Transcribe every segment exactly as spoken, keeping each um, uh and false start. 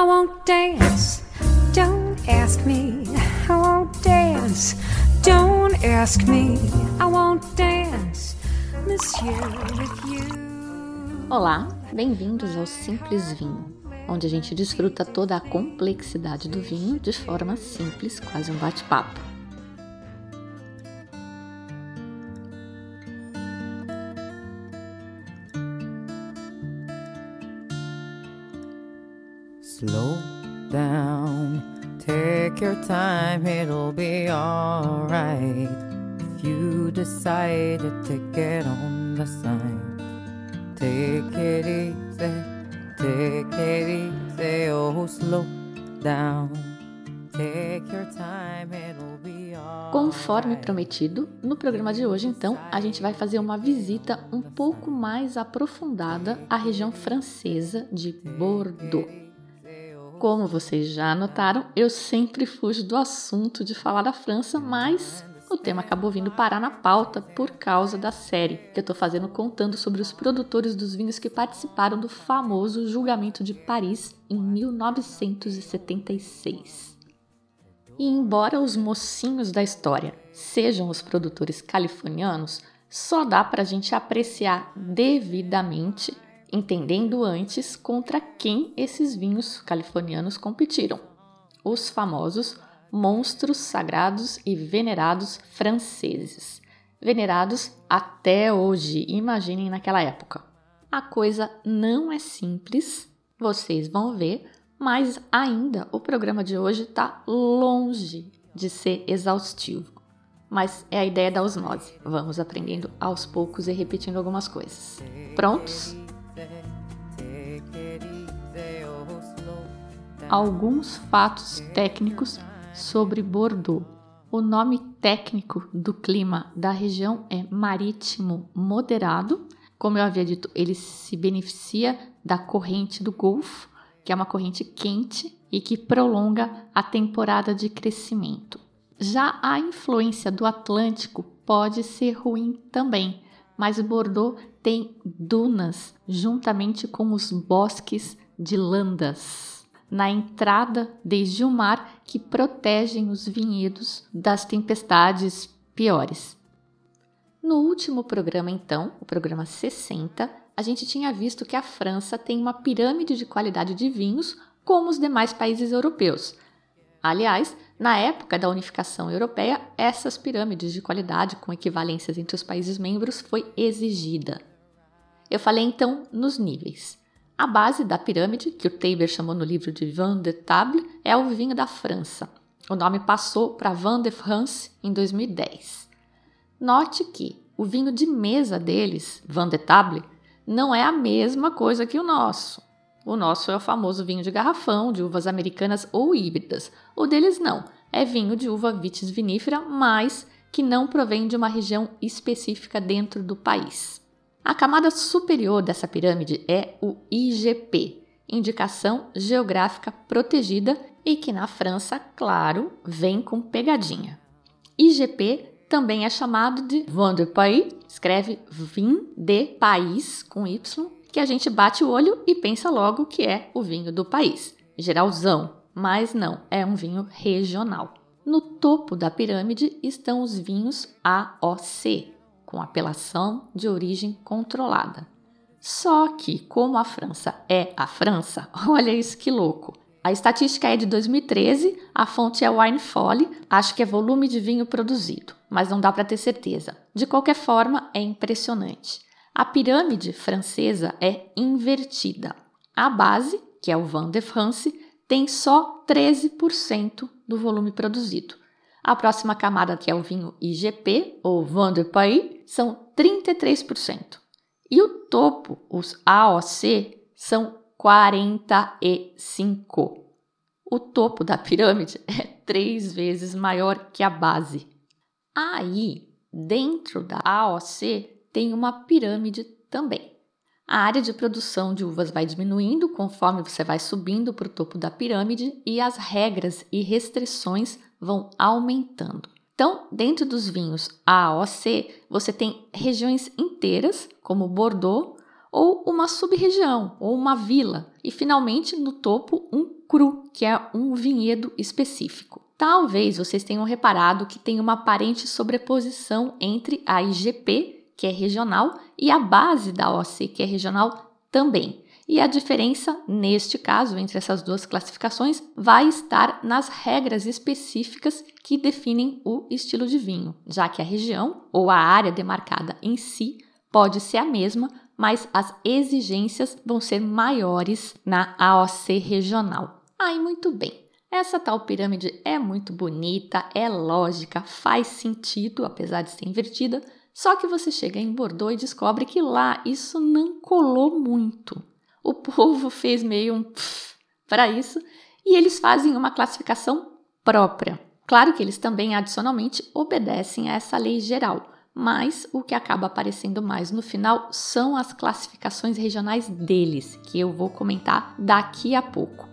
I won't dance, don't ask me. I won't dance, don't ask me. I won't dance, monsieur, with you. Olá, bem-vindos ao Simples Vinho, onde a gente desfruta toda a complexidade do vinho de forma simples, quase um bate-papo. Slow down, take your time, it'll be alright. If you decide to take it on the side, take it easy, take it easy, oh slow down, take your time, it'll be alright. Conforme prometido, no programa de hoje, então, a gente vai fazer uma visita um pouco mais aprofundada à região francesa de Bordeaux. Como vocês já notaram, eu sempre fujo do assunto de falar da França, mas o tema acabou vindo parar na pauta por causa da série que eu estou fazendo contando sobre os produtores dos vinhos que participaram do famoso Julgamento de Paris em mil novecentos e setenta e seis. E embora os mocinhos da história sejam os produtores californianos, só dá para a gente apreciar devidamente, entendendo antes contra quem esses vinhos californianos competiram. Os famosos monstros sagrados e venerados franceses. Venerados até hoje, imaginem naquela época. A coisa não é simples, vocês vão ver, mas ainda o programa de hoje está longe de ser exaustivo. Mas é a ideia da osmose. Vamos aprendendo aos poucos e repetindo algumas coisas. Prontos? Alguns fatos técnicos sobre Bordeaux. O nome técnico do clima da região é marítimo moderado. Como eu havia dito, ele se beneficia da corrente do Golfo, que é uma corrente quente e que prolonga a temporada de crescimento. Já a influência do Atlântico pode ser ruim também, mas Bordeaux tem dunas juntamente com os bosques de landas na entrada desde o mar que protegem os vinhedos das tempestades piores. No último programa, então, o programa sessenta, a gente tinha visto que a França tem uma pirâmide de qualidade de vinhos como os demais países europeus. Aliás, na época da unificação europeia, essas pirâmides de qualidade com equivalências entre os países membros foi exigida. Eu falei então nos níveis. A base da pirâmide, que o Taber chamou no livro de Vin de Table, é o vinho da França. O nome passou para Vin de France em dois mil e dez. Note que o vinho de mesa deles, Vin de Table, não é a mesma coisa que o nosso. O nosso é o famoso vinho de garrafão, de uvas americanas ou híbridas. O deles não, é vinho de uva vitis vinífera, mas que não provém de uma região específica dentro do país. A camada superior dessa pirâmide é o I G P, Indicação Geográfica Protegida, e que na França, claro, vem com pegadinha. I G P também é chamado de Vin de Pays, escreve Vin de País com Y, que a gente bate o olho e pensa logo que é o vinho do país, geralzão, mas não, é um vinho regional. No topo da pirâmide estão os vinhos A O C, com apelação de origem controlada. Só que, como a França é a França, olha isso que louco. A estatística é de dois mil e treze, a fonte é Winefolly, acho que é volume de vinho produzido, mas não dá para ter certeza. De qualquer forma, é impressionante. A pirâmide francesa é invertida. A base, que é o Vin de France, tem só treze por cento do volume produzido. A próxima camada, que é o vinho I G P, ou Vin de Pays, são trinta e três por cento. E o topo, os A O C, são quarenta e cinco por cento. O topo da pirâmide é três vezes maior que a base. Aí, dentro da A O C, tem uma pirâmide também. A área de produção de uvas vai diminuindo conforme você vai subindo para o topo da pirâmide e as regras e restrições vão aumentando. Então, dentro dos vinhos A O C, você tem regiões inteiras, como Bordeaux, ou uma sub-região, ou uma vila. E, finalmente, no topo, um cru, que é um vinhedo específico. Talvez vocês tenham reparado que tem uma aparente sobreposição entre a I G P, que é regional, e a base da A O C, que é regional também. E a diferença, neste caso, entre essas duas classificações, vai estar nas regras específicas que definem o estilo de vinho, já que a região ou a área demarcada em si pode ser a mesma, mas as exigências vão ser maiores na A O C regional. Aí, muito bem. Essa tal pirâmide é muito bonita, é lógica, faz sentido, apesar de ser invertida, só que você chega em Bordeaux e descobre que lá isso não colou muito. O povo fez meio um pff para isso e eles fazem uma classificação própria. Claro que eles também adicionalmente obedecem a essa lei geral, mas o que acaba aparecendo mais no final são as classificações regionais deles, que eu vou comentar daqui a pouco.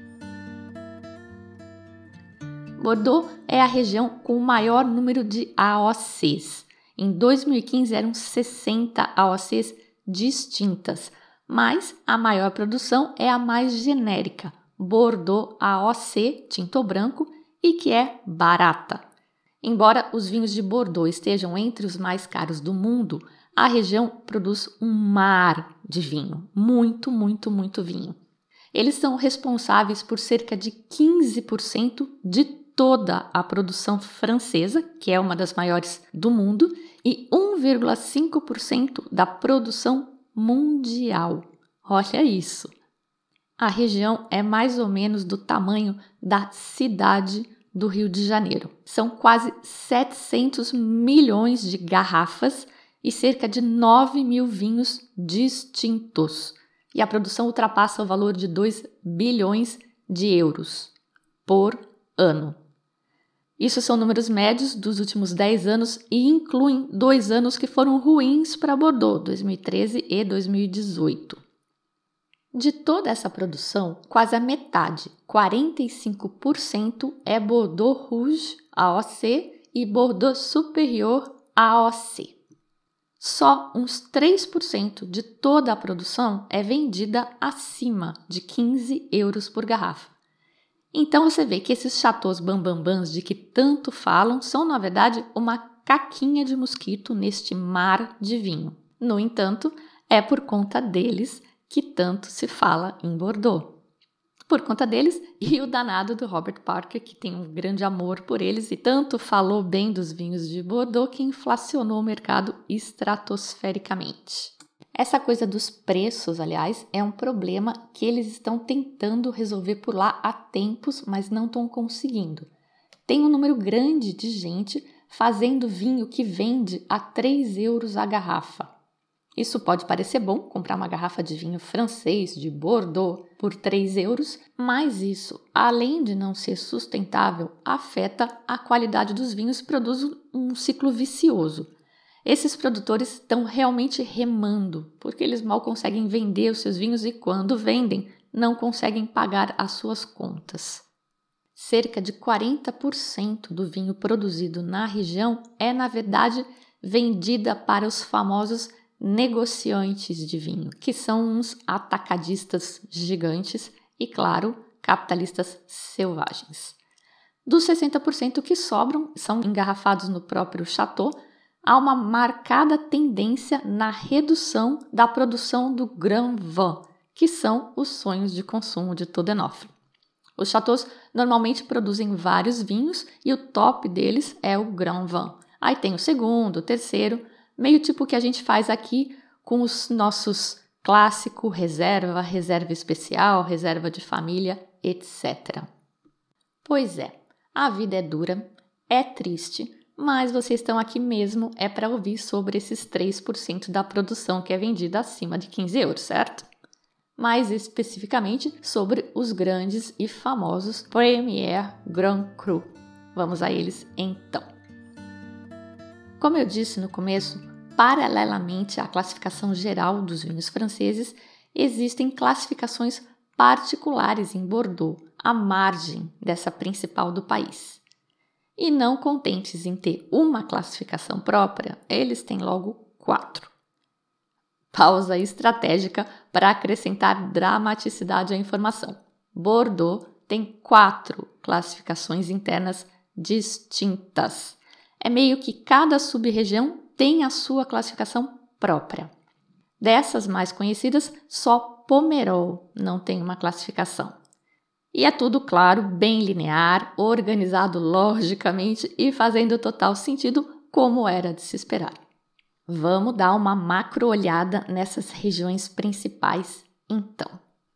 Bordeaux é a região com o maior número de A O Cs. Em dois mil e quinze eram sessenta A O Cs distintas, mas a maior produção é a mais genérica, Bordeaux A O C, tinto branco, e que é barata. Embora os vinhos de Bordeaux estejam entre os mais caros do mundo, a região produz um mar de vinho, muito, muito, muito vinho. Eles são responsáveis por cerca de quinze por cento de toda a produção francesa, que é uma das maiores do mundo, e um vírgula cinco por cento da produção mundial. Olha isso! A região é mais ou menos do tamanho da cidade do Rio de Janeiro. São quase setecentos milhões de garrafas e cerca de nove mil vinhos distintos. E a produção ultrapassa o valor de dois bilhões de euros por ano. Isso são números médios dos últimos dez anos e incluem dois anos que foram ruins para Bordeaux, dois mil e treze e dois mil e dezoito. De toda essa produção, quase a metade, quarenta e cinco por cento, é Bordeaux Rouge A O C e Bordeaux Supérieur A O C. Só uns três por cento de toda a produção é vendida acima de quinze euros por garrafa. Então você vê que esses chateaus bambambãs de que tanto falam são, na verdade, uma caquinha de mosquito neste mar de vinho. No entanto, é por conta deles que tanto se fala em Bordeaux. Por conta deles e o danado do Robert Parker, que tem um grande amor por eles e tanto falou bem dos vinhos de Bordeaux que inflacionou o mercado estratosfericamente. Essa coisa dos preços, aliás, é um problema que eles estão tentando resolver por lá há tempos, mas não estão conseguindo. Tem um número grande de gente fazendo vinho que vende a três euros a garrafa. Isso pode parecer bom, comprar uma garrafa de vinho francês de Bordeaux por três euros, mas isso, além de não ser sustentável, afeta a qualidade dos vinhos e produz um ciclo vicioso. Esses produtores estão realmente remando, porque eles mal conseguem vender os seus vinhos e, quando vendem, não conseguem pagar as suas contas. Cerca de quarenta por cento do vinho produzido na região é, na verdade, vendida para os famosos negociantes de vinho, que são uns atacadistas gigantes e, claro, capitalistas selvagens. Dos sessenta por cento que sobram, são engarrafados no próprio chateau, há uma marcada tendência na redução da produção do Grand Vin, que são os sonhos de consumo de todo enófilo. Os chateaus normalmente produzem vários vinhos e o top deles é o Grand Vin. Aí tem o segundo, o terceiro, meio tipo o que a gente faz aqui com os nossos clássicos reserva, reserva especial, reserva de família, etcétera. Pois é, a vida é dura, é triste, mas vocês estão aqui mesmo é para ouvir sobre esses três por cento da produção que é vendida acima de quinze euros, certo? Mais especificamente sobre os grandes e famosos Premier Grand Cru. Vamos a eles então. Como eu disse no começo, paralelamente à classificação geral dos vinhos franceses, existem classificações particulares em Bordeaux, à margem dessa principal do país. E não contentes em ter uma classificação própria, eles têm logo quatro. Pausa estratégica para acrescentar dramaticidade à informação. Bordeaux tem quatro classificações internas distintas. É meio que cada sub-região tem a sua classificação própria. Dessas mais conhecidas, só Pomerol não tem uma classificação. E é tudo, claro, bem linear, organizado logicamente e fazendo total sentido, como era de se esperar. Vamos dar uma macro olhada nessas regiões principais, então.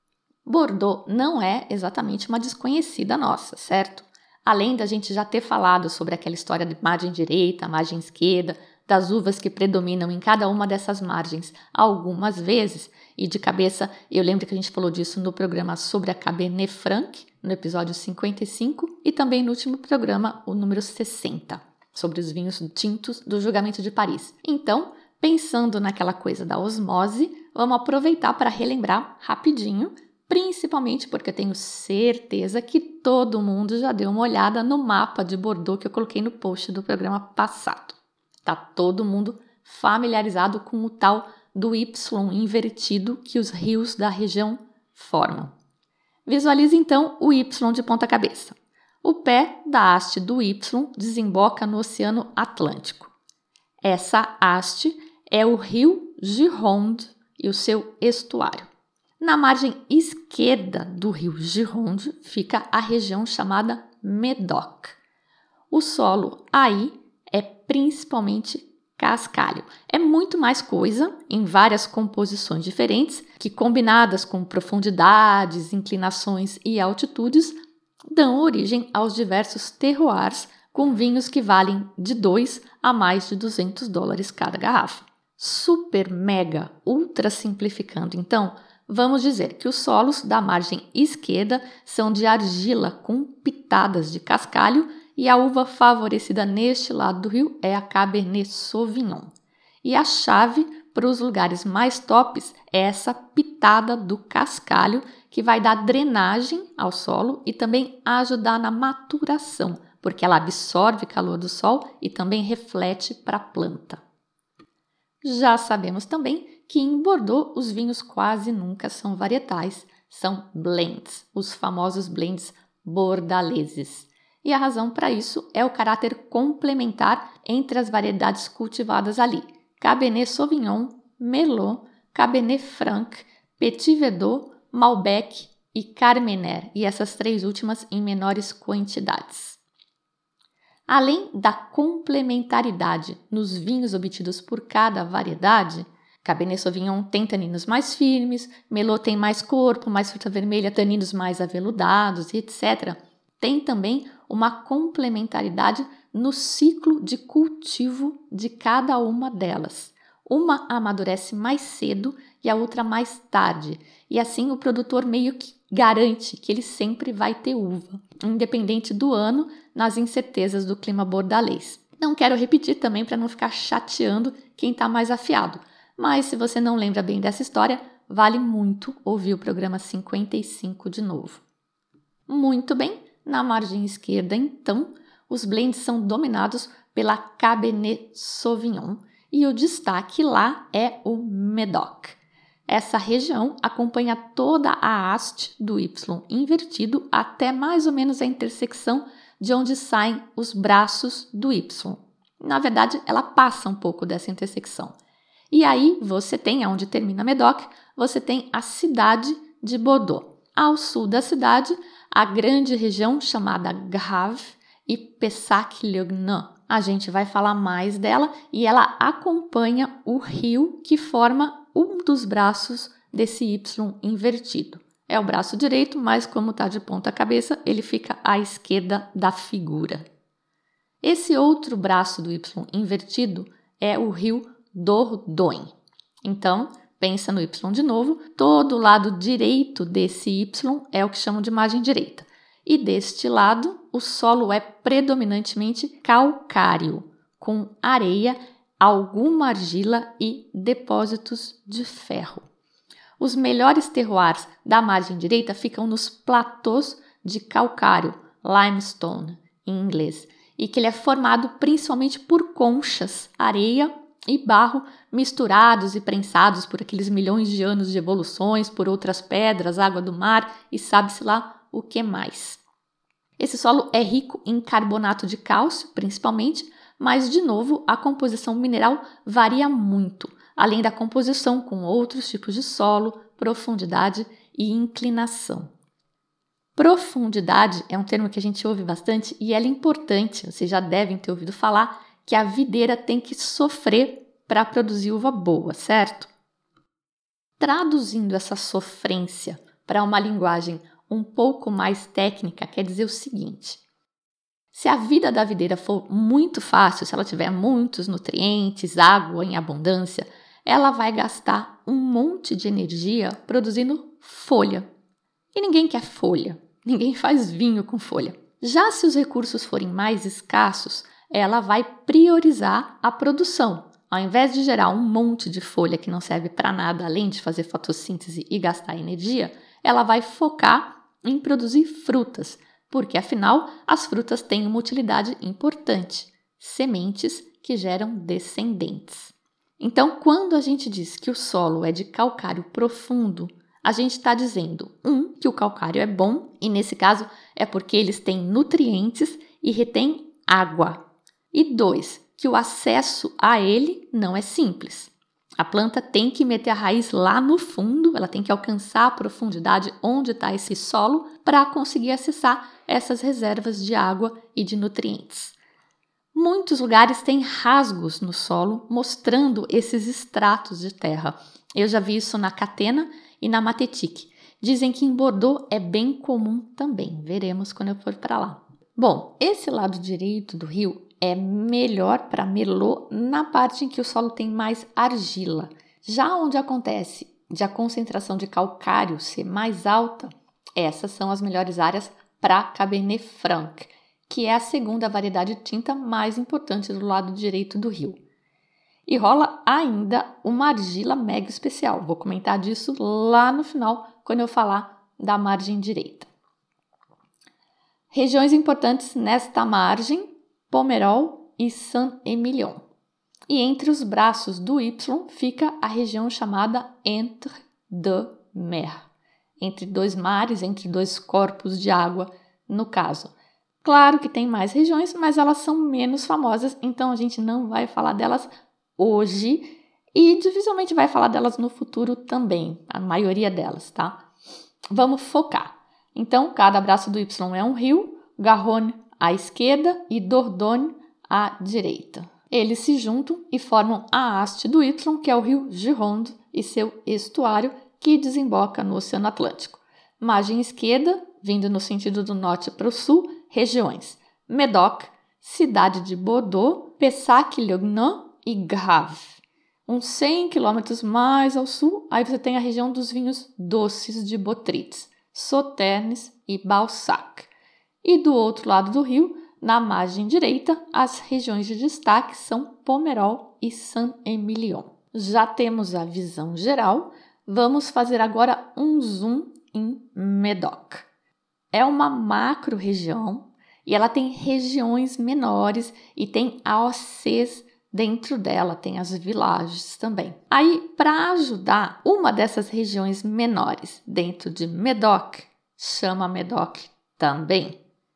Bordeaux não é exatamente uma desconhecida nossa, certo? Além da gente já ter falado sobre aquela história de margem direita, margem esquerda, das uvas que predominam em cada uma dessas margens algumas vezes, e de cabeça eu lembro que a gente falou disso no programa sobre a Cabernet Franc, no episódio cinquenta e cinco, e também no último programa, o número sessenta. Sobre os vinhos tintos do Julgamento de Paris. Então, pensando naquela coisa da osmose, vamos aproveitar para relembrar rapidinho, principalmente porque eu tenho certeza que todo mundo já deu uma olhada no mapa de Bordeaux que eu coloquei no post do programa passado. Tá todo mundo familiarizado com o tal do Y invertido que os rios da região formam. Visualize então o Y de ponta cabeça. O pé da haste do Y desemboca no Oceano Atlântico. Essa haste é o rio Gironde e o seu estuário. Na margem esquerda do rio Gironde fica a região chamada Médoc. O solo aí é principalmente cascalho. É muito mais coisa em várias composições diferentes que, combinadas com profundidades, inclinações e altitudes, dão origem aos diversos terroirs com vinhos que valem de dois a mais de duzentos dólares cada garrafa. Super, mega, ultra simplificando, então, vamos dizer que os solos da margem esquerda são de argila com pitadas de cascalho e a uva favorecida neste lado do rio é a Cabernet Sauvignon. E a chave para os lugares mais tops é essa pitada do cascalho que vai dar drenagem ao solo e também ajudar na maturação, porque ela absorve calor do sol e também reflete para a planta. Já sabemos também que em Bordeaux os vinhos quase nunca são varietais, são blends, os famosos blends bordaleses. E a razão para isso é o caráter complementar entre as variedades cultivadas ali. Cabernet Sauvignon, Merlot, Cabernet Franc, Petit Verdot, Malbec e Carmener, e essas três últimas em menores quantidades. Além da complementaridade nos vinhos obtidos por cada variedade, Cabernet Sauvignon tem taninos mais firmes, Merlot tem mais corpo, mais fruta vermelha, taninos mais aveludados, etcétera. Tem também uma complementaridade no ciclo de cultivo de cada uma delas. Uma amadurece mais cedo e a outra mais tarde, e assim o produtor meio que garante que ele sempre vai ter uva, independente do ano, nas incertezas do clima bordalês. Não quero repetir também para não ficar chateando quem está mais afiado, mas se você não lembra bem dessa história, vale muito ouvir o programa cinquenta e cinco de novo. Muito bem, na margem esquerda, então, os blends são dominados pela Cabernet Sauvignon e o destaque lá é o Médoc. Essa região acompanha toda a haste do Y invertido até mais ou menos a intersecção de onde saem os braços do Y. Na verdade, ela passa um pouco dessa intersecção. E aí você tem, onde termina Médoc, você tem a cidade de Bordeaux. Ao sul da cidade, a grande região chamada Grave e Pessac-Léognan. A gente vai falar mais dela e ela acompanha o rio que forma um dos braços desse Y invertido. É o braço direito, mas como está de ponta cabeça, ele fica à esquerda da figura. Esse outro braço do Y invertido é o rio Dordogne. Então, pensa no Y de novo, todo o lado direito desse Y é o que chamam de margem direita. E deste lado, o solo é predominantemente calcário, com areia, alguma argila e depósitos de ferro. Os melhores terroirs da margem direita ficam nos platôs de calcário, limestone em inglês, e que ele é formado principalmente por conchas, areia e barro misturados e prensados por aqueles milhões de anos de evoluções, por outras pedras, água do mar e sabe-se lá o que mais. Esse solo é rico em carbonato de cálcio, principalmente, mas, de novo, a composição mineral varia muito, além da composição com outros tipos de solo, profundidade e inclinação. Profundidade é um termo que a gente ouve bastante e ela é importante, vocês já devem ter ouvido falar que a videira tem que sofrer para produzir uva boa, certo? Traduzindo essa sofrência para uma linguagem um pouco mais técnica, quer dizer o seguinte: se a vida da videira for muito fácil, se ela tiver muitos nutrientes, água em abundância, ela vai gastar um monte de energia produzindo folha. E ninguém quer folha, ninguém faz vinho com folha. Já se os recursos forem mais escassos, ela vai priorizar a produção. Ao invés de gerar um monte de folha que não serve para nada além de fazer fotossíntese e gastar energia, ela vai focar em produzir frutas, porque afinal as frutas têm uma utilidade importante: sementes que geram descendentes. Então, quando a gente diz que o solo é de calcário profundo, a gente está dizendo, um, que o calcário é bom, e nesse caso é porque eles têm nutrientes e retêm água. E dois, que o acesso a ele não é simples. A planta tem que meter a raiz lá no fundo, ela tem que alcançar a profundidade onde está esse solo para conseguir acessar essas reservas de água e de nutrientes. Muitos lugares têm rasgos no solo mostrando esses estratos de terra. Eu já vi isso na Catena e na Matétique. Dizem que em Bordeaux é bem comum também. Veremos quando eu for para lá. Bom, esse lado direito do rio é melhor para Merlot na parte em que o solo tem mais argila. Já onde acontece de a concentração de calcário ser mais alta, essas são as melhores áreas para Cabernet Franc, que é a segunda variedade de tinta mais importante do lado direito do rio. E rola ainda uma argila mega especial. Vou comentar disso lá no final, quando eu falar da margem direita. Regiões importantes nesta margem: Pomerol e Saint-Émilion. E entre os braços do Y fica a região chamada Entre deux Mers, entre dois mares, entre dois corpos de água, no caso. Claro que tem mais regiões, mas elas são menos famosas, então a gente não vai falar delas hoje e dificilmente vai falar delas no futuro também, a maioria delas, tá? Vamos focar. Então, cada braço do Y é um rio, Garonne à esquerda e Dordogne à direita. Eles se juntam e formam a haste do Y, que é o rio Gironde e seu estuário, que desemboca no Oceano Atlântico. Margem esquerda, vindo no sentido do norte para o sul, regiões Médoc, cidade de Bordeaux, Pessac-Léognan e Grave. Uns cem quilômetros mais ao sul, aí você tem a região dos vinhos doces de Botrytis, Sauternes e Balzac. E do outro lado do rio, na margem direita, as regiões de destaque são Pomerol e Saint-Émilion. Já temos a visão geral, vamos fazer agora um zoom em Médoc. É uma macro-região e ela tem regiões menores e tem A O Cs dentro dela, tem as villages também. Aí, para ajudar, uma dessas regiões menores dentro de Médoc chama Médoc também.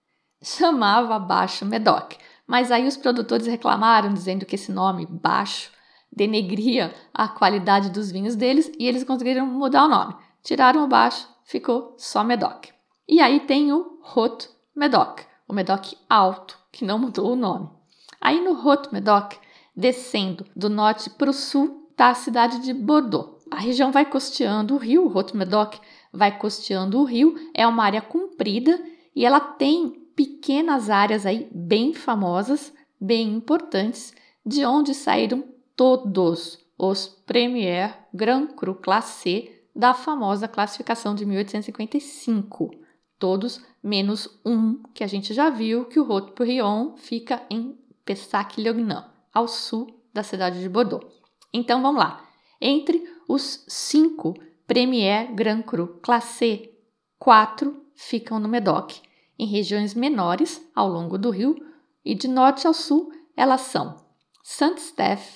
Chamava Baixo Médoc, mas aí os produtores reclamaram dizendo que esse nome Baixo denegria a qualidade dos vinhos deles e eles conseguiram mudar o nome. Tiraram o Baixo, ficou só Médoc. E aí tem o Haut Médoc, o Médoc alto, que não mudou o nome. Aí no Haut Médoc, descendo do norte para o sul, está a cidade de Bordeaux. A região vai costeando o rio, o Haut Médoc vai costeando o rio, é uma área comprida e ela tem pequenas áreas aí bem famosas, bem importantes, de onde saíram todos os Premier Grand Cru Classé da famosa classificação de mil oitocentos e cinquenta e cinco. Todos menos um que a gente já viu, que o Haut-Brion fica em Pessac-Léognan, ao sul da cidade de Bordeaux. Então vamos lá. Entre os cinco Premier Grand Cru Classé, quatro ficam no Médoc, em regiões menores ao longo do rio, e de norte ao sul elas são Saint-Stephe,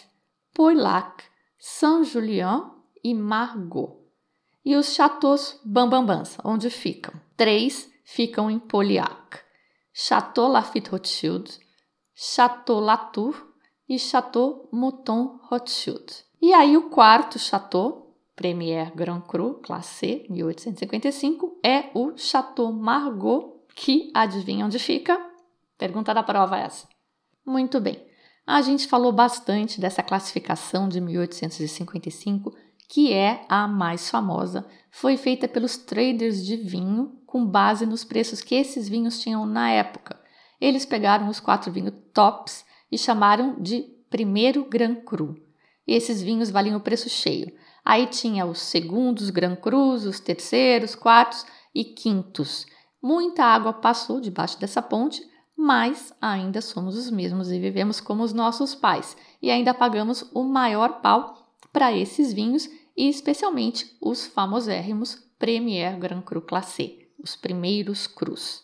Pauillac, Saint-Julien e Margaux. E os chateaus Bambambans, onde ficam? Três ficam em Pauillac: Chateau Lafite Rothschild, Chateau Latour e Chateau Mouton Rothschild. E aí o quarto chateau, Premier Grand Cru, classe mil oitocentos e cinquenta e cinco, é o Chateau Margaux, que adivinha onde fica? Pergunta da prova essa. Muito bem, a gente falou bastante dessa classificação de mil oitocentos e cinquenta e cinco, que é a mais famosa. Foi feita pelos traders de vinho com base nos preços que esses vinhos tinham na época. Eles pegaram os quatro vinhos tops e chamaram de primeiro Grand Cru. E esses vinhos valiam o preço cheio. Aí tinha os segundos Grand Crus, os terceiros, quartos e quintos. Muita água passou debaixo dessa ponte, mas ainda somos os mesmos e vivemos como os nossos pais. E ainda pagamos o maior pau para esses vinhos e especialmente os famosérrimos Premier Grand Cru Classé, os primeiros crus.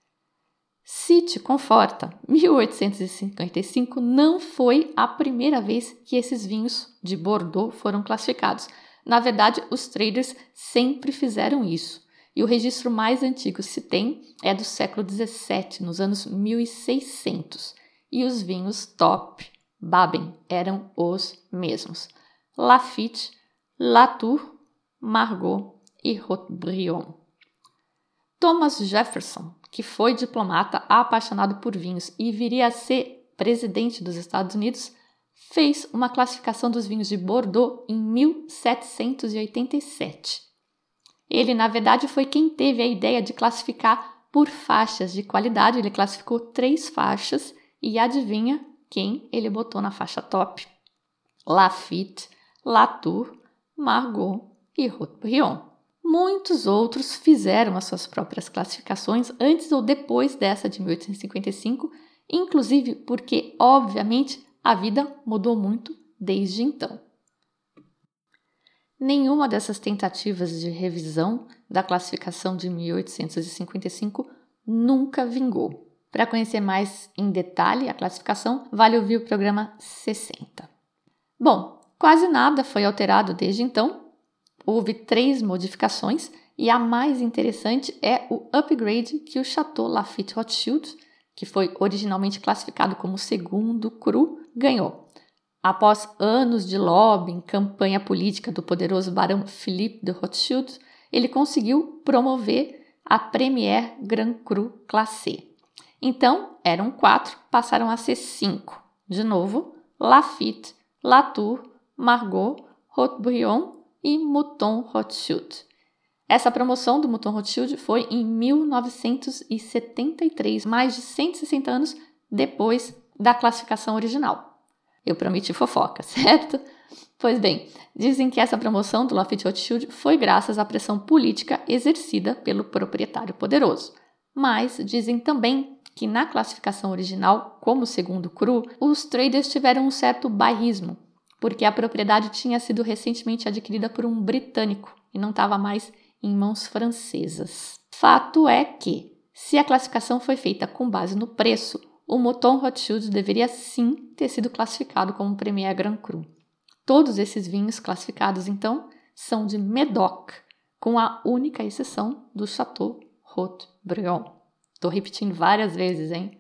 Se te conforta, mil oitocentos e cinquenta e cinco não foi a primeira vez que esses vinhos de Bordeaux foram classificados. Na verdade, os traders sempre fizeram isso. E o registro mais antigo que se tem é do século dezessete, nos anos mil e seiscentos. E os vinhos top, Baben, eram os mesmos: Lafite, Latour, Margaux e Haut-Brion. Thomas Jefferson, que foi diplomata apaixonado por vinhos e viria a ser presidente dos Estados Unidos, fez uma classificação dos vinhos de Bordeaux em mil setecentos e oitenta e sete. Ele, na verdade, foi quem teve a ideia de classificar por faixas de qualidade. Ele classificou três faixas e adivinha quem ele botou na faixa top? Lafite, Latour, Margaux e Haut-Brion. Muitos outros fizeram as suas próprias classificações antes ou depois dessa de mil oitocentos e cinquenta e cinco, inclusive porque, obviamente, a vida mudou muito desde então. Nenhuma dessas tentativas de revisão da classificação de mil oitocentos e cinquenta e cinco nunca vingou. Para conhecer mais em detalhe a classificação, vale ouvir o programa sessenta. Bom, quase nada foi alterado desde então. Houve três modificações e a mais interessante é o upgrade que o Chateau Lafite Rothschild, que foi originalmente classificado como segundo cru, ganhou. Após anos de lobbying, campanha política do poderoso barão Philippe de Rothschild, ele conseguiu promover a Premier Grand Cru Classé. Então, eram quatro, passaram a ser cinco. De novo, Lafite, Latour, Margaux, Haut-Brion e Mouton Rothschild. Essa promoção do Mouton Rothschild foi em mil novecentos e setenta e três, mais de cento e sessenta anos depois da classificação original. Eu prometi fofoca, certo? Pois bem, dizem que essa promoção do Lafite Rothschild foi graças à pressão política exercida pelo proprietário poderoso. Mas dizem também que na classificação original, como segundo cru, os traders tiveram um certo bairrismo, porque a propriedade tinha sido recentemente adquirida por um britânico e não estava mais em mãos francesas. Fato é que, se a classificação foi feita com base no preço, o Mouton Rothschild deveria sim ter sido classificado como Premier Grand Cru. Todos esses vinhos classificados, então, são de Médoc, com a única exceção do Chateau Haut-Brion. Estou repetindo várias vezes, hein?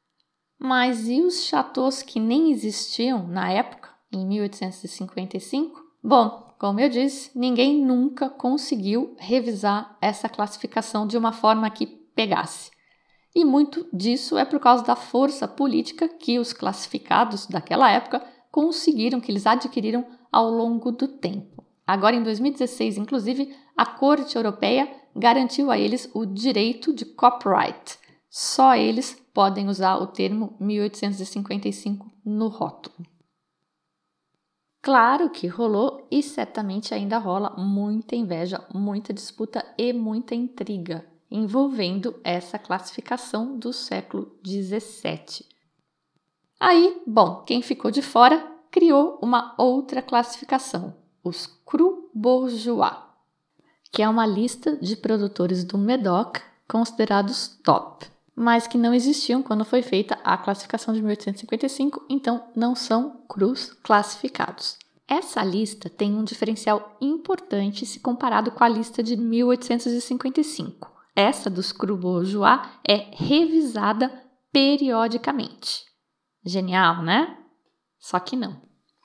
Mas e os chateaus que nem existiam na época, em mil oitocentos e cinquenta e cinco? Bom, como eu disse, ninguém nunca conseguiu revisar essa classificação de uma forma que pegasse. E muito disso é por causa da força política que os classificados daquela época conseguiram, que eles adquiriram ao longo do tempo. Agora, em dois mil e dezesseis, inclusive, a Corte Europeia garantiu a eles o direito de copyright. Só eles podem usar o termo mil oitocentos e cinquenta e cinco no rótulo. Claro que rolou e certamente ainda rola muita inveja, muita disputa e muita intriga envolvendo essa classificação do século dezessete. Aí, bom, quem ficou de fora criou uma outra classificação, os Cru Bourgeois, que é uma lista de produtores do Médoc considerados top. mas que não existiam quando foi feita a classificação de mil oitocentos e cinquenta e cinco, então não são crus classificados. Essa lista tem um diferencial importante se comparado com a lista de mil oitocentos e cinquenta e cinco. Essa dos Cru Bourgeois é revisada periodicamente. Genial, né? Só que não.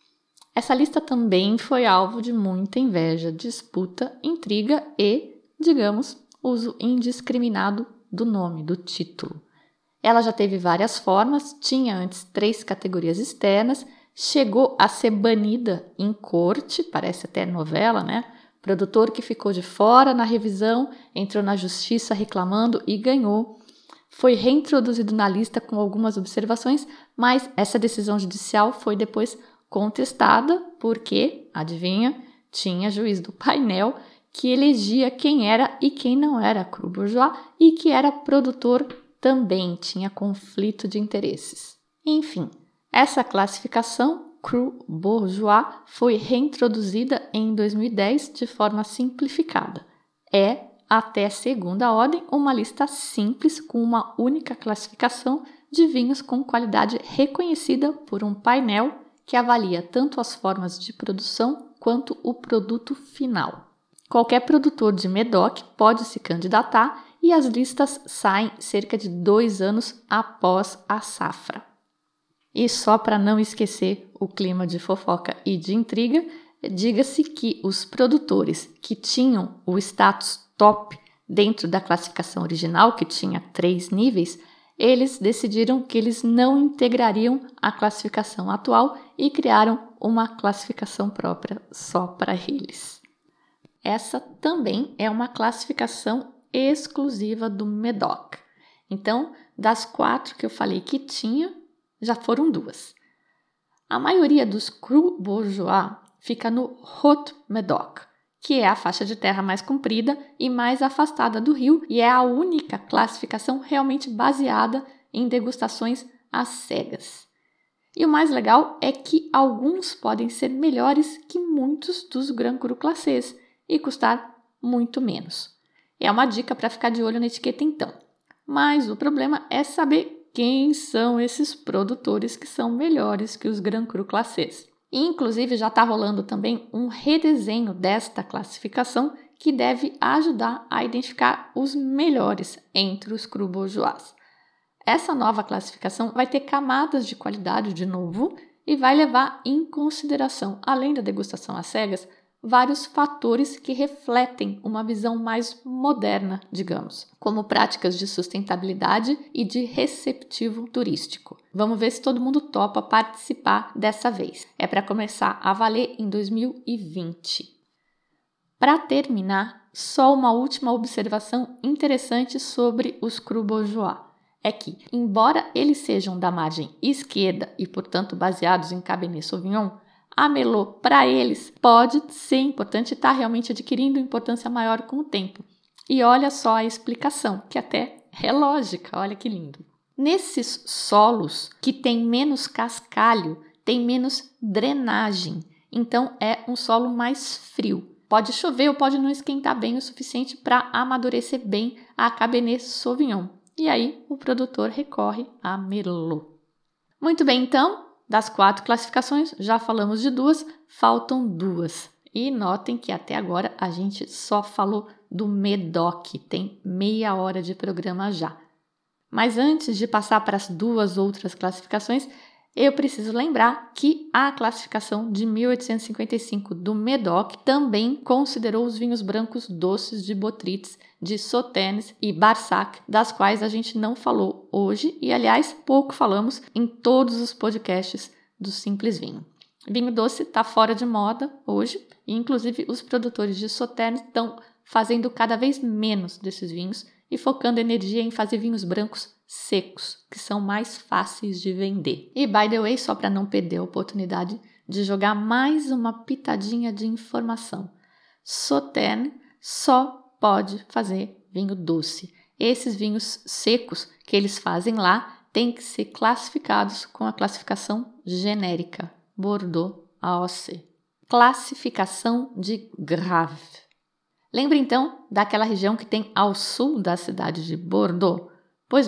Essa lista também foi alvo de muita inveja, disputa, intriga e, digamos, uso indiscriminado do nome, do título. Ela já teve várias formas, tinha antes três categorias externas, chegou a ser banida em corte, parece até novela, né? Produtor que ficou de fora na revisão, entrou na justiça reclamando e ganhou. Foi reintroduzido na lista com algumas observações, mas essa decisão judicial foi depois contestada porque, adivinha, tinha juiz do painel que elegia quem era e quem não era Cru Bourgeois e que era produtor também, tinha conflito de interesses. Enfim, essa classificação Cru Bourgeois foi reintroduzida em dois mil e dez de forma simplificada. É, até segunda ordem, uma lista simples com uma única classificação de vinhos com qualidade reconhecida por um painel que avalia tanto as formas de produção quanto o produto final. Qualquer produtor de Medoc pode se candidatar e as listas saem cerca de dois anos após a safra. E só para não esquecer o clima de fofoca e de intriga, diga-se que os produtores que tinham o status top dentro da classificação original, que tinha três níveis, eles decidiram que eles não integrariam a classificação atual e criaram uma classificação própria só para eles. Essa também é uma classificação exclusiva do Medoc. Então, das quatro que eu falei que tinha, já foram duas. A maioria dos Cru Bourgeois fica no Haut Medoc, que é a faixa de terra mais comprida e mais afastada do rio e é a única classificação realmente baseada em degustações às cegas. E o mais legal é que alguns podem ser melhores que muitos dos Grand Cru Classés e custar muito menos. É uma dica para ficar de olho na etiqueta então. Mas o problema é saber quem são esses produtores que são melhores que os Grand Cru Classés. Inclusive, já está rolando também um redesenho desta classificação que deve ajudar a identificar os melhores entre os Cru Bourgeois. Essa nova classificação vai ter camadas de qualidade de novo e vai levar em consideração, além da degustação às cegas, vários fatores que refletem uma visão mais moderna, digamos, como práticas de sustentabilidade e de receptivo turístico. Vamos ver se todo mundo topa participar dessa vez. É para começar a valer em dois mil e vinte. Para terminar, só uma última observação interessante sobre os Cru Bourgeois. É que, embora eles sejam da margem esquerda e, portanto, baseados em Cabernet Sauvignon, a Merlot, para eles, pode ser importante e está realmente adquirindo importância maior com o tempo. E olha só a explicação, que até é lógica, olha que lindo. Nesses solos que tem menos cascalho, tem menos drenagem, então é um solo mais frio. Pode chover ou pode não esquentar bem o suficiente para amadurecer bem a Cabernet Sauvignon. E aí o produtor recorre a Merlot. Muito bem, então, das quatro classificações, já falamos de duas, faltam duas. E notem que até agora a gente só falou do Medoc, tem meia hora de programa já. Mas antes de passar para as duas outras classificações, eu preciso lembrar que a classificação de mil oitocentos e cinquenta e cinco do Medoc também considerou os vinhos brancos doces de Botrytis, de Sauternes e Barsac, das quais a gente não falou hoje e, aliás, pouco falamos em todos os podcasts do Simples Vinho. Vinho doce está fora de moda hoje e, inclusive, os produtores de Sauternes estão fazendo cada vez menos desses vinhos e focando energia em fazer vinhos brancos secos, que são mais fáceis de vender. E, by the way, só para não perder a oportunidade de jogar mais uma pitadinha de informação, Sauternes só pode fazer vinho doce. Esses vinhos secos que eles fazem lá têm que ser classificados com a classificação genérica, Bordeaux A O C. Classificação de Grave. Lembra então daquela região que tem ao sul da cidade de Bordeaux? Pois bem,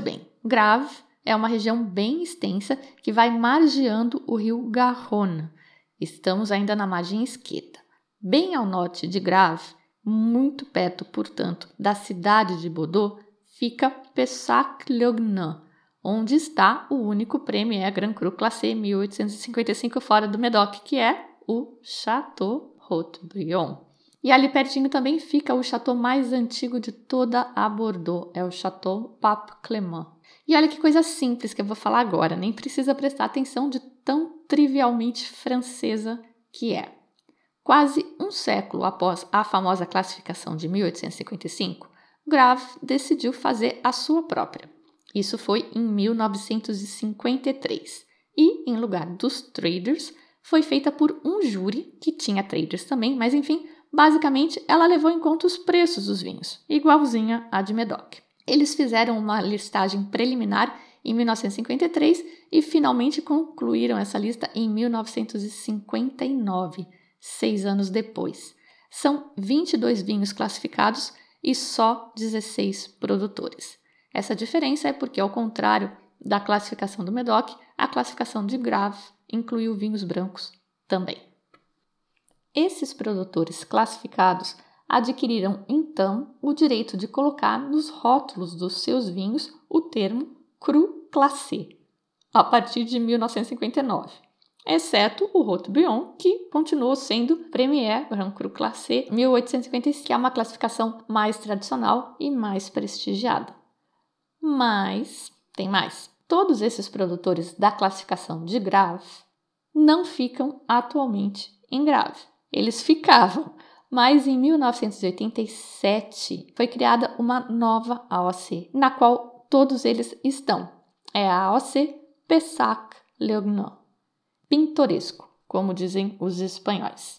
Grave é uma região bem extensa que vai margeando o rio Garonne. Estamos ainda na margem esquerda. Bem ao norte de Grave, muito perto, portanto, da cidade de Bordeaux, fica Pessac-Léognan, onde está o único Premier Grand Cru Classé mil oitocentos e cinquenta e cinco fora do Médoc, que é o Château Haut-Brion. E ali pertinho também fica o chateau mais antigo de toda a Bordeaux, é o Château Pape Clément. E olha que coisa simples que eu vou falar agora, nem precisa prestar atenção de tão trivialmente francesa que é. Quase um século após a famosa classificação de mil oitocentos e cinquenta e cinco, Grave decidiu fazer a sua própria. Isso foi em mil novecentos e cinquenta e três. E, em lugar dos traders, foi feita por um júri, que tinha traders também, mas enfim, basicamente ela levou em conta os preços dos vinhos, igualzinha à de Médoc. Eles fizeram uma listagem preliminar em mil novecentos e cinquenta e três e finalmente concluíram essa lista em mil novecentos e cinquenta e nove, seis anos depois. São vinte e dois vinhos classificados e só dezesseis produtores. Essa diferença é porque, ao contrário da classificação do Médoc, a classificação de Grave incluiu vinhos brancos também. Esses produtores classificados adquiriram, então, o direito de colocar nos rótulos dos seus vinhos o termo Cru Classé, a partir de mil novecentos e cinquenta e nove, exceto o Haut-Brion, que continuou sendo Premier Grand Cru Classé mil oitocentos e cinquenta e cinco, que é uma classificação mais tradicional e mais prestigiada. Mas, tem mais, todos esses produtores da classificação de Grave não ficam atualmente em Grave. Eles ficavam, mas em mil novecentos e oitenta e sete foi criada uma nova A O C, na qual todos eles estão. É a A O C Pessac-Léognan. Pintoresco, como dizem os espanhóis.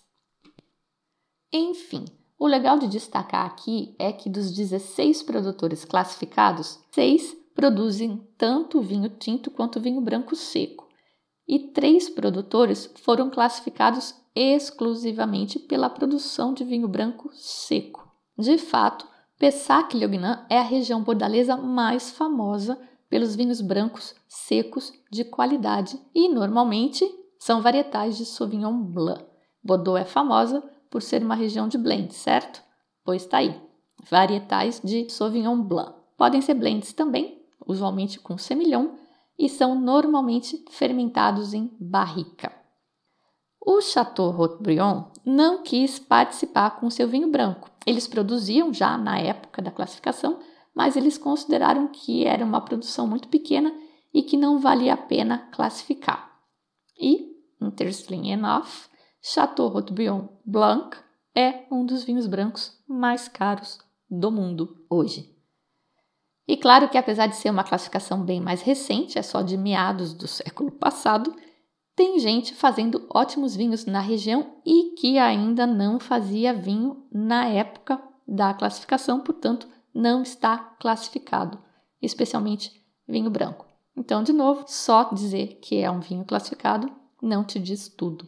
Enfim, o legal de destacar aqui é que dos dezesseis produtores classificados, seis produzem tanto vinho tinto quanto vinho branco seco, e três produtores foram classificados exclusivamente pela produção de vinho branco seco. De fato, Pessac-Léognan é a região bordalesa mais famosa pelos vinhos brancos secos de qualidade e, normalmente, são varietais de Sauvignon Blanc. Bordeaux é famosa por ser uma região de blend, certo? Pois está aí, varietais de Sauvignon Blanc. Podem ser blends também, usualmente com semillon, e são normalmente fermentados em barrica. O Château Haut-Brion não quis participar com seu vinho branco. Eles produziam já na época da classificação, mas eles consideraram que era uma produção muito pequena e que não valia a pena classificar. E, interestingly enough, Château Haut-Brion Blanc é um dos vinhos brancos mais caros do mundo hoje. E claro que, apesar de ser uma classificação bem mais recente, é só de meados do século passado, tem gente fazendo ótimos vinhos na região e que ainda não fazia vinho na época da classificação, portanto, não está classificado, especialmente vinho branco. Então, de novo, só dizer que é um vinho classificado não te diz tudo.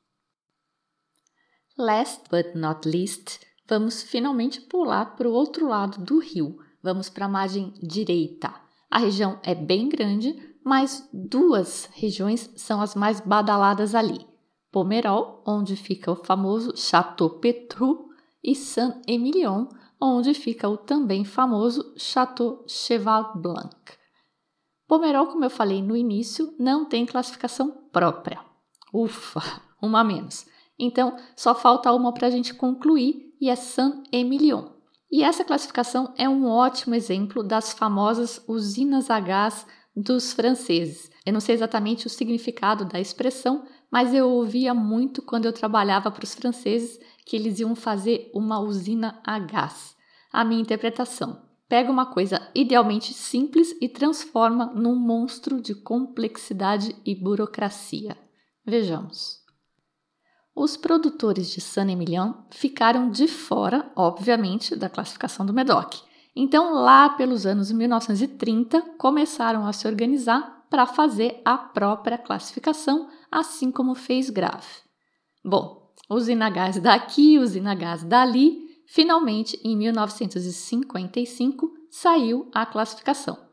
Last but not least, vamos finalmente pular para o outro lado do rio. Vamos para a margem direita. A região é bem grande, mas duas regiões são as mais badaladas ali. Pomerol, onde fica o famoso Château Petrus, e Saint-Émilion, onde fica o também famoso Château Cheval Blanc. Pomerol, como eu falei no início, não tem classificação própria. Ufa, uma a menos. Então, só falta uma para a gente concluir e é Saint-Émilion. E essa classificação é um ótimo exemplo das famosas usinas a gás dos franceses. Eu não sei exatamente o significado da expressão, mas eu ouvia muito quando eu trabalhava para os franceses que eles iam fazer uma usina a gás. A minha interpretação: pega uma coisa idealmente simples e transforma num monstro de complexidade e burocracia. Vejamos. Os produtores de Saint-Émilion ficaram de fora, obviamente, da classificação do Médoc. Então, lá pelos anos mil novecentos e trinta, começaram a se organizar para fazer a própria classificação, assim como fez Grave. Bom, usina a gás daqui, usina a gás dali. Finalmente, em mil novecentos e cinquenta e cinco, saiu a classificação.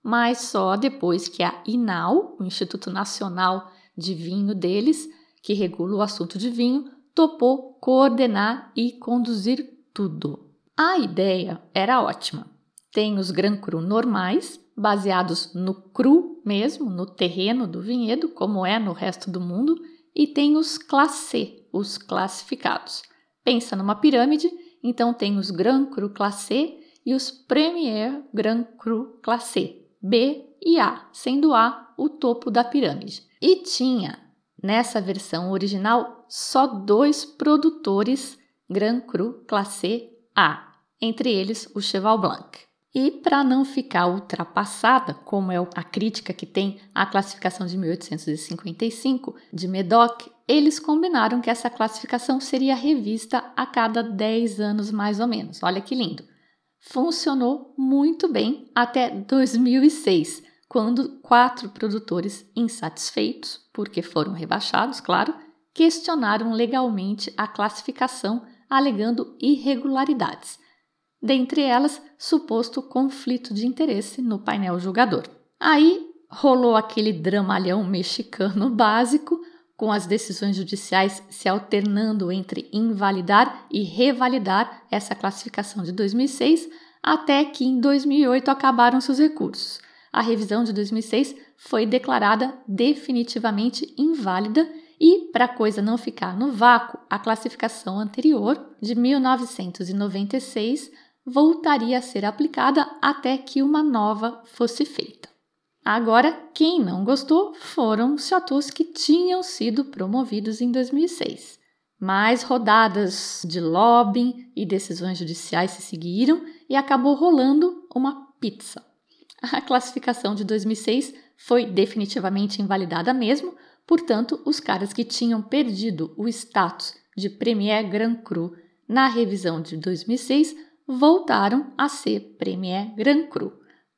mas só depois que a INAU, o Instituto Nacional de Vinho deles, que regula o assunto de vinho, topou coordenar e conduzir tudo. A ideia era ótima. Tem os Grand Cru normais, baseados no cru mesmo, no terreno do vinhedo, como é no resto do mundo, e tem os Classé, os classificados. Pensa numa pirâmide, então tem os Grand Cru Classé e os Premier Grand Cru Classé, B e A, sendo A o topo da pirâmide. E tinha, nessa versão original, só dois produtores Grand Cru Classé A, entre eles o Cheval Blanc. E para não ficar ultrapassada, como é a crítica que tem à classificação de mil oitocentos e cinquenta e cinco de Medoc, eles combinaram que essa classificação seria revista a cada dez anos mais ou menos. Olha que lindo! Funcionou muito bem até dois mil e seis, quando quatro produtores insatisfeitos, porque foram rebaixados, claro, questionaram legalmente a classificação, alegando irregularidades. Dentre elas, suposto conflito de interesse no painel julgador. Aí rolou aquele dramalhão mexicano básico, com as decisões judiciais se alternando entre invalidar e revalidar essa classificação de dois mil e seis, até que em dois mil e oito acabaram seus recursos. A revisão de dois mil e seis foi declarada definitivamente inválida e, para a coisa não ficar no vácuo, a classificação anterior, de mil novecentos e noventa e seis, voltaria a ser aplicada até que uma nova fosse feita. Agora, quem não gostou foram os chateaus que tinham sido promovidos em dois mil e seis. Mais rodadas de lobbying e decisões judiciais se seguiram e acabou rolando uma pizza. A classificação de dois mil e seis foi definitivamente invalidada mesmo, portanto, os caras que tinham perdido o status de Premier Grand Cru na revisão de dois mil e seis voltaram a ser Premier Grand Cru.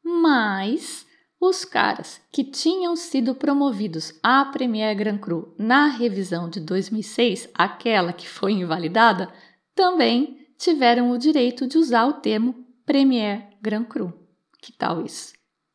Mas os caras que tinham sido promovidos a Premier Grand Cru na revisão de dois mil e seis, aquela que foi invalidada, também tiveram o direito de usar o termo Premier Grand Cru. Que tal isso?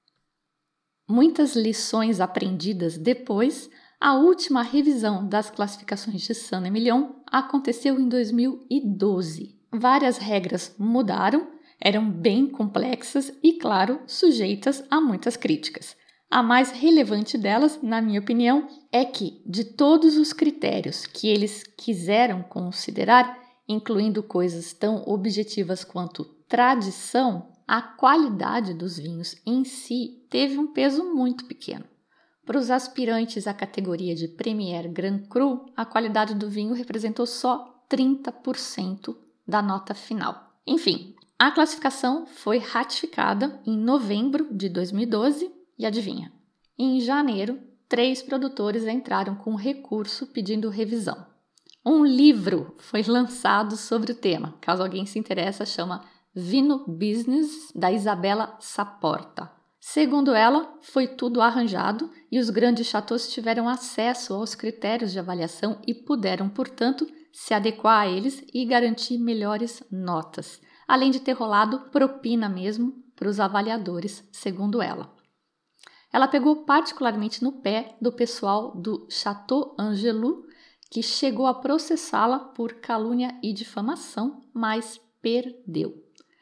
Muitas lições aprendidas depois, a última revisão das classificações de Saint-Emilion aconteceu em dois mil e doze. Várias regras mudaram, eram bem complexas e, claro, sujeitas a muitas críticas. A mais relevante delas, na minha opinião, é que, de todos os critérios que eles quiseram considerar, incluindo coisas tão objetivas quanto tradição, a qualidade dos vinhos em si teve um peso muito pequeno. Para os aspirantes à categoria de Premier Grand Cru, a qualidade do vinho representou só trinta por cento da nota final. Enfim, a classificação foi ratificada em novembro de dois mil e doze e adivinha? Em janeiro, três produtores entraram com recurso pedindo revisão. Um livro foi lançado sobre o tema, caso alguém se interesse, chama Vino Business, da Isabela Saporta. Segundo ela, foi tudo arranjado e os grandes chateaus tiveram acesso aos critérios de avaliação e puderam, portanto, se adequar a eles e garantir melhores notas, além de ter rolado propina mesmo para os avaliadores, segundo ela. Ela pegou particularmente no pé do pessoal do Chateau Angelou, que chegou a processá-la por calúnia e difamação, mas perdeu.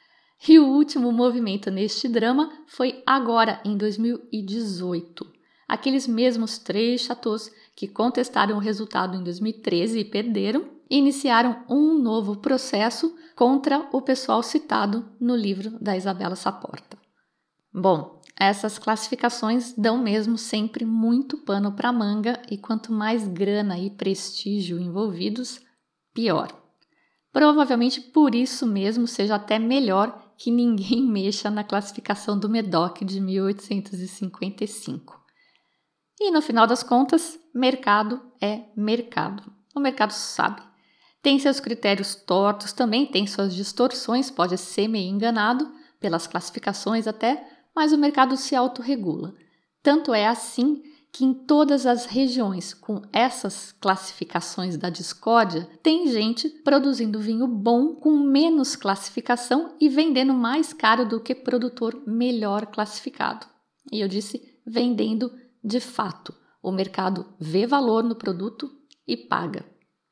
E o último movimento neste drama foi agora, em dois mil e dezoito. Aqueles mesmos três chateaus que contestaram o resultado em dois mil e treze e perderam, iniciaram um novo processo contra o pessoal citado no livro da Isabela Saporta. Bom, essas classificações dão mesmo sempre muito pano para manga e quanto mais grana e prestígio envolvidos, pior. Provavelmente por isso mesmo seja até melhor que ninguém mexa na classificação do Medoc de mil oitocentos e cinquenta e cinco. E no final das contas, mercado é mercado. O mercado sabe. Tem seus critérios tortos, também tem suas distorções, pode ser meio enganado pelas classificações até, mas o mercado se autorregula. Tanto é assim que em todas as regiões com essas classificações da discórdia, tem gente produzindo vinho bom com menos classificação e vendendo mais caro do que produtor melhor classificado. E eu disse vendendo de fato. O mercado vê valor no produto e paga.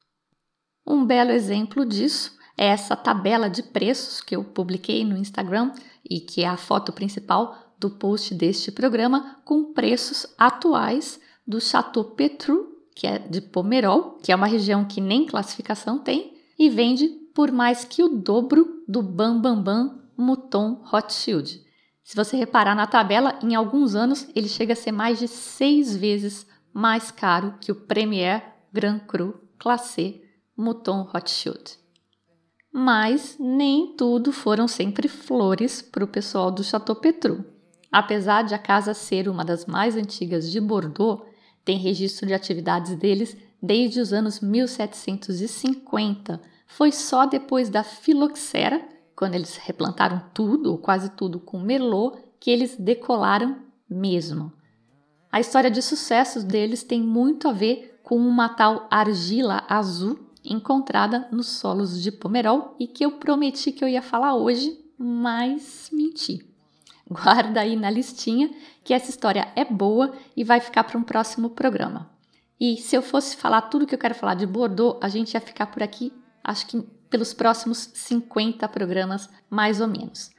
Um belo exemplo disso é essa tabela de preços que eu publiquei no Instagram e que é a foto principal do post deste programa com preços atuais do Chateau Petrus, que é de Pomerol, que é uma região que nem classificação tem, e vende por mais que o dobro do Bam Bam Bam Mouton Rothschild. Se você reparar na tabela, em alguns anos ele chega a ser mais de seis vezes mais caro que o Premier Grand Cru Classé Mouton Rothschild. Mas nem tudo foram sempre flores para o pessoal do Chateau Petrus. Apesar de a casa ser uma das mais antigas de Bordeaux, tem registro de atividades deles desde os anos mil setecentos e cinquenta. Foi só depois da filoxera, quando eles replantaram tudo, ou quase tudo, com Merlot, que eles decolaram mesmo. A história de sucessos deles tem muito a ver com uma tal argila azul encontrada nos solos de Pomerol e que eu prometi que eu ia falar hoje, mas menti. Guarda aí na listinha que essa história é boa e vai ficar para um próximo programa. E se eu fosse falar tudo que eu quero falar de Bordeaux, a gente ia ficar por aqui, acho que pelos próximos cinquenta programas, mais ou menos.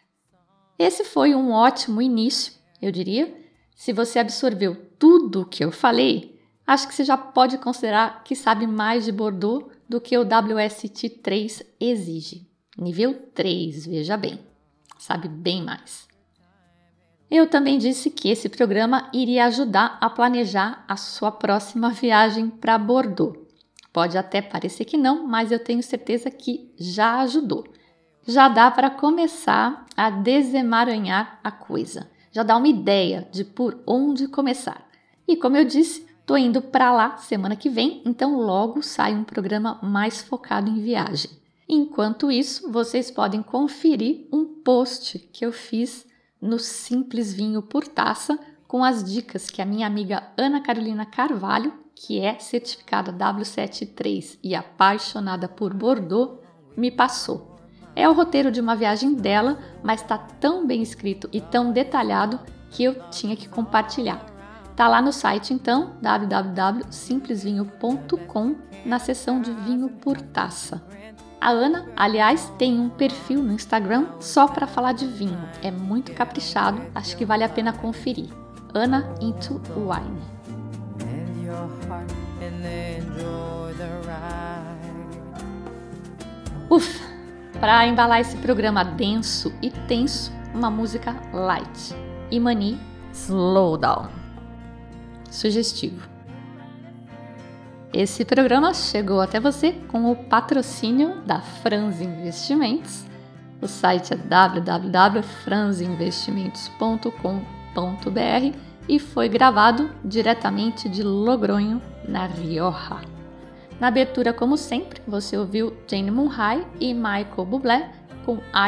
Esse foi um ótimo início, eu diria. Se você absorveu tudo o que eu falei, acho que você já pode considerar que sabe mais de Bordeaux do que o W S T três exige. Nível três, veja bem. Sabe bem mais. Eu também disse que esse programa iria ajudar a planejar a sua próxima viagem para Bordeaux. Pode até parecer que não, mas eu tenho certeza que já ajudou. Já dá para começar a desemaranhar a coisa. Já dá uma ideia de por onde começar. E como eu disse, estou indo para lá semana que vem, então logo sai um programa mais focado em viagem. Enquanto isso, vocês podem conferir um post que eu fiz no Simples Vinho por Taça com as dicas que a minha amiga Ana Carolina Carvalho, que é certificada W setenta e três e apaixonada por Bordeaux, me passou. É o roteiro de uma viagem dela, mas está tão bem escrito e tão detalhado que eu tinha que compartilhar. Tá lá no site então, w w w ponto simples vinho ponto com, na seção de vinho por taça. A Ana, aliás, tem um perfil no Instagram só para falar de vinho. É muito caprichado, acho que vale a pena conferir. Ana into Wine. Ufa! Para embalar esse programa denso e tenso, uma música light. Imani, Slow Down. Sugestivo. Esse programa chegou até você com o patrocínio da Franz Investimentos. O site é w w w ponto franz investimentos ponto com ponto b r e foi gravado diretamente de Logronho, na Rioja. Na abertura, como sempre, você ouviu Jane Monhai e Michael Bublé com